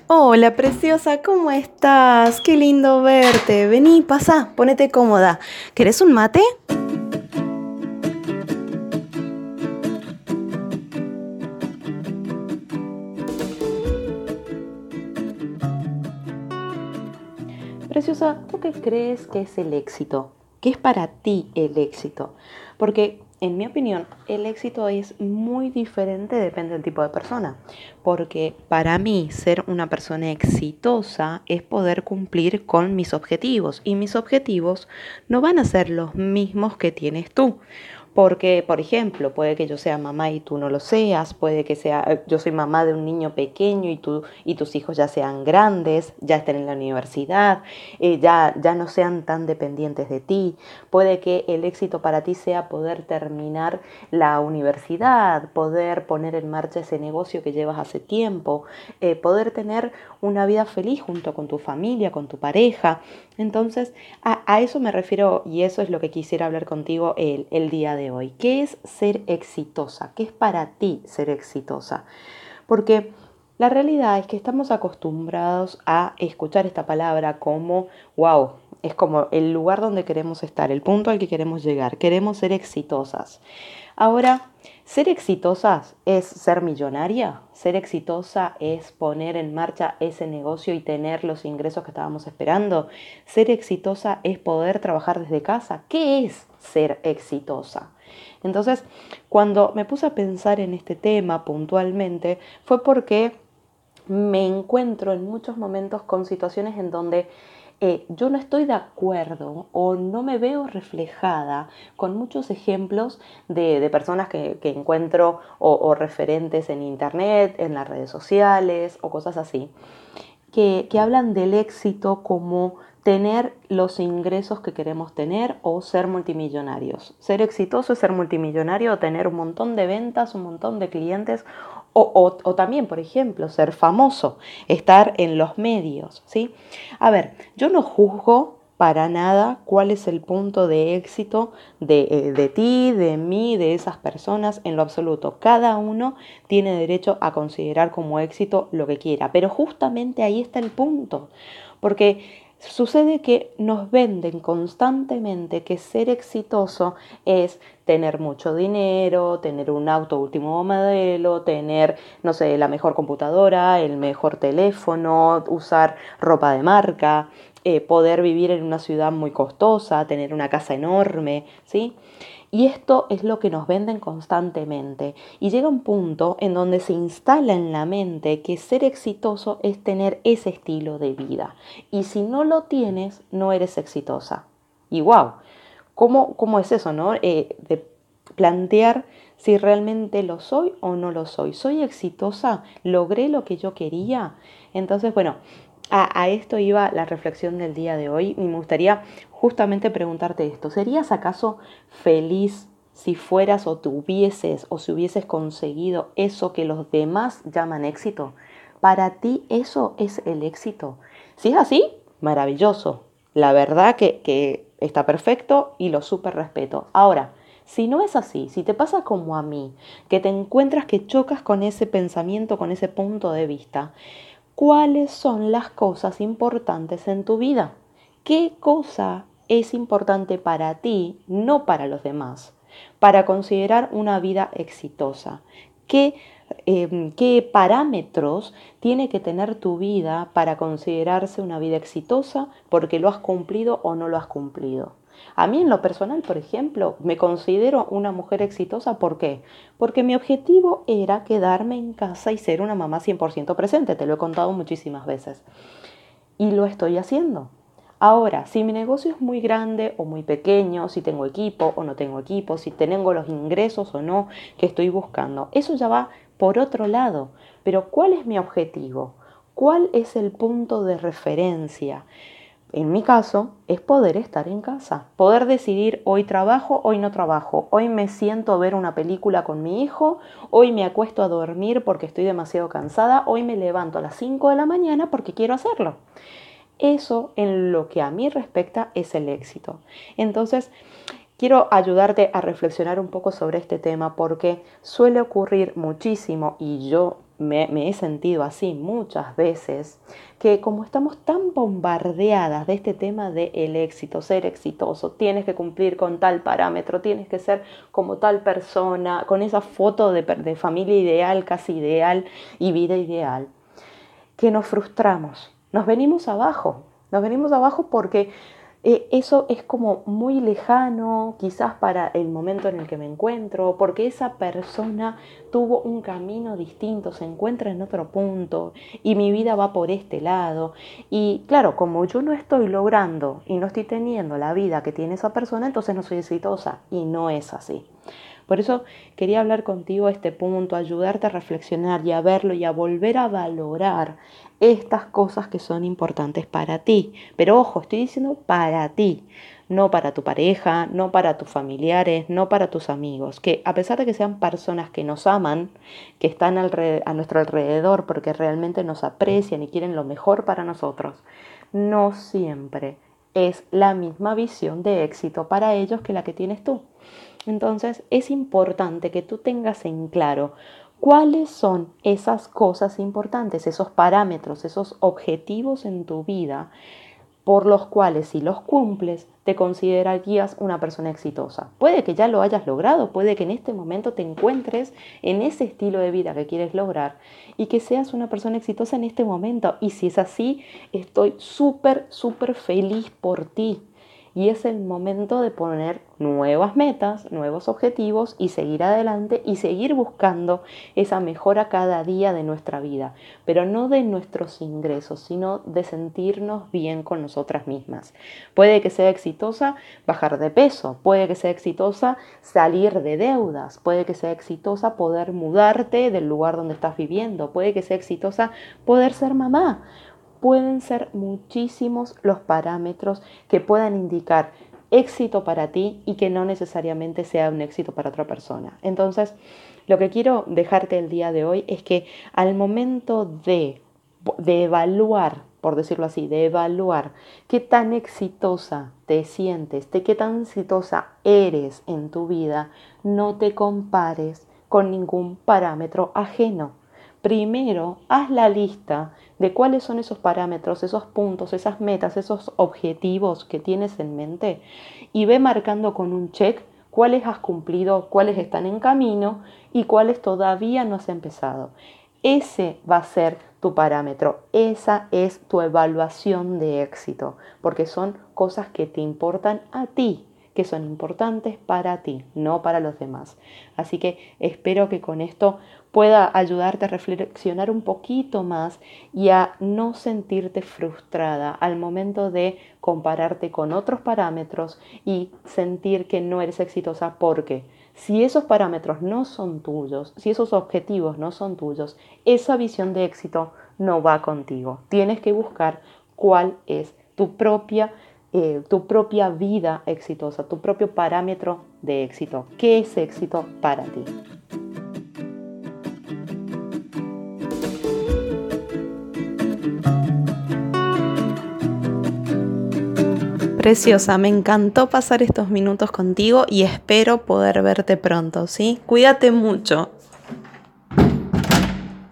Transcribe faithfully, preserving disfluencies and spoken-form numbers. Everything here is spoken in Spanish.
Hola, preciosa, ¿cómo estás? Qué lindo verte. Vení, pasa, ponete cómoda. ¿Querés un mate? Preciosa, ¿tú qué crees que es el éxito? ¿Qué es para ti el éxito? Porque, en mi opinión, el éxito es muy diferente, depende del tipo de persona. Porque para mí, ser una persona exitosa es poder cumplir con mis objetivos. Y mis objetivos no van a ser los mismos que tienes tú. Porque, por ejemplo, puede que yo sea mamá y tú no lo seas, puede que sea, yo soy mamá de un niño pequeño y tú y tus hijos ya sean grandes, ya estén en la universidad, eh, ya, ya no sean tan dependientes de ti. Puede que el éxito para ti sea poder terminar la universidad, poder poner en marcha ese negocio que llevas hace tiempo, eh, poder tener una vida feliz junto con tu familia, con tu pareja. Entonces, a, a eso me refiero y eso es lo que quisiera hablar contigo el, el día de hoy. ¿Qué es ser exitosa? ¿Qué es para ti ser exitosa? Porque la realidad es que estamos acostumbrados a escuchar esta palabra como, wow, es como el lugar donde queremos estar, el punto al que queremos llegar, queremos ser exitosas. Ahora, ser exitosas es ser millonaria, ser exitosa es poner en marcha ese negocio y tener los ingresos que estábamos esperando, ser exitosa es poder trabajar desde casa. ¿Qué es ser exitosa? Entonces, cuando me puse a pensar en este tema puntualmente, fue porque me encuentro en muchos momentos con situaciones en donde eh, yo no estoy de acuerdo o no me veo reflejada con muchos ejemplos de, de personas que, que encuentro o, o referentes en internet, en las redes sociales o cosas así, que, que hablan del éxito como tener los ingresos que queremos tener o ser multimillonarios. Ser exitoso es ser multimillonario o tener un montón de ventas, un montón de clientes o, o, o también, por ejemplo, ser famoso, estar en los medios, ¿sí? A ver, yo no juzgo para nada cuál es el punto de éxito de, eh, de ti, de mí, de esas personas, en lo absoluto. Cada uno tiene derecho a considerar como éxito lo que quiera, pero justamente ahí está el punto, porque sucede que nos venden constantemente que ser exitoso es tener mucho dinero, tener un auto último modelo, tener, no sé, la mejor computadora, el mejor teléfono, usar ropa de marca, eh, poder vivir en una ciudad muy costosa, tener una casa enorme, ¿sí? Y esto es lo que nos venden constantemente. Y llega un punto en donde se instala en la mente que ser exitoso es tener ese estilo de vida. Y si no lo tienes, no eres exitosa. Y wow, ¿cómo, cómo es eso, no? Eh, de plantear si realmente lo soy o no lo soy. ¿Soy exitosa? ¿Logré lo que yo quería? Entonces, bueno, a, a esto iba la reflexión del día de hoy y me gustaría justamente preguntarte esto. ¿Serías acaso feliz si fueras o tuvieses o si hubieses conseguido eso que los demás llaman éxito? ¿Para ti eso es el éxito? Si es así, maravilloso. La verdad que, que está perfecto y lo súper respeto. Ahora, si no es así, si te pasa como a mí, que te encuentras que chocas con ese pensamiento, con ese punto de vista, ¿cuáles son las cosas importantes en tu vida? ¿Qué cosa es importante para ti, no para los demás, para considerar una vida exitosa? ¿Qué, eh, qué parámetros tiene que tener tu vida para considerarse una vida exitosa porque lo has cumplido o no lo has cumplido? A mí en lo personal, por ejemplo, me considero una mujer exitosa. ¿Por qué? Porque mi objetivo era quedarme en casa y ser una mamá cien por ciento presente. Te lo he contado muchísimas veces. Y lo estoy haciendo. Ahora, si mi negocio es muy grande o muy pequeño, si tengo equipo o no tengo equipo, si tengo los ingresos o no que estoy buscando, eso ya va por otro lado. Pero ¿cuál es mi objetivo? ¿Cuál es el punto de referencia? En mi caso, es poder estar en casa, poder decidir hoy trabajo, hoy no trabajo, hoy me siento a ver una película con mi hijo, hoy me acuesto a dormir porque estoy demasiado cansada, hoy me levanto a las cinco de la mañana porque quiero hacerlo. Eso en lo que a mí respecta es el éxito. Entonces, quiero ayudarte a reflexionar un poco sobre este tema porque suele ocurrir muchísimo y yo me, me he sentido así muchas veces, que como estamos tan bombardeadas de este tema de el éxito, ser exitoso, tienes que cumplir con tal parámetro, tienes que ser como tal persona, con esa foto de, de familia ideal, casi ideal y vida ideal, que nos frustramos, nos venimos abajo, nos venimos abajo porque eh, eso es como muy lejano, quizás para el momento en el que me encuentro, porque esa persona tuvo un camino distinto, se encuentra en otro punto y mi vida va por este lado. Y claro, como yo no estoy logrando y no estoy teniendo la vida que tiene esa persona, entonces no soy exitosa y no es así. Por eso quería hablar contigo a este punto, ayudarte a reflexionar y a verlo y a volver a valorar estas cosas que son importantes para ti. Pero ojo, estoy diciendo para ti, no para tu pareja, no para tus familiares, no para tus amigos, que a pesar de que sean personas que nos aman, que están alre- a nuestro alrededor porque realmente nos aprecian y quieren lo mejor para nosotros, no siempre es la misma visión de éxito para ellos que la que tienes tú. Entonces es importante que tú tengas en claro cuáles son esas cosas importantes, esos parámetros, esos objetivos en tu vida por los cuales si los cumples te considerarías una persona exitosa. Puede que ya lo hayas logrado, puede que en este momento te encuentres en ese estilo de vida que quieres lograr y que seas una persona exitosa en este momento. Y si es así, estoy súper, súper feliz por ti. Y es el momento de poner nuevas metas, nuevos objetivos y seguir adelante y seguir buscando esa mejora cada día de nuestra vida. Pero no de nuestros ingresos, sino de sentirnos bien con nosotras mismas. Puede que sea exitosa bajar de peso, puede que sea exitosa salir de deudas, puede que sea exitosa poder mudarte del lugar donde estás viviendo, puede que sea exitosa poder ser mamá. Pueden ser muchísimos los parámetros que puedan indicar éxito para ti y que no necesariamente sea un éxito para otra persona. Entonces, lo que quiero dejarte el día de hoy es que al momento de, de evaluar, por decirlo así, de evaluar qué tan exitosa te sientes, de qué tan exitosa eres en tu vida, no te compares con ningún parámetro ajeno. Primero, haz la lista de cuáles son esos parámetros, esos puntos, esas metas, esos objetivos que tienes en mente y ve marcando con un check cuáles has cumplido, cuáles están en camino y cuáles todavía no has empezado. Ese va a ser tu parámetro, esa es tu evaluación de éxito, porque son cosas que te importan a ti, que son importantes para ti, no para los demás. Así que espero que con esto pueda ayudarte a reflexionar un poquito más y a no sentirte frustrada al momento de compararte con otros parámetros y sentir que no eres exitosa, porque si esos parámetros no son tuyos, si esos objetivos no son tuyos, esa visión de éxito no va contigo. Tienes que buscar cuál es tu propia Eh, tu propia vida exitosa, tu propio parámetro de éxito. ¿Qué es éxito para ti? Preciosa, me encantó pasar estos minutos contigo y espero poder verte pronto, ¿sí? Cuídate mucho.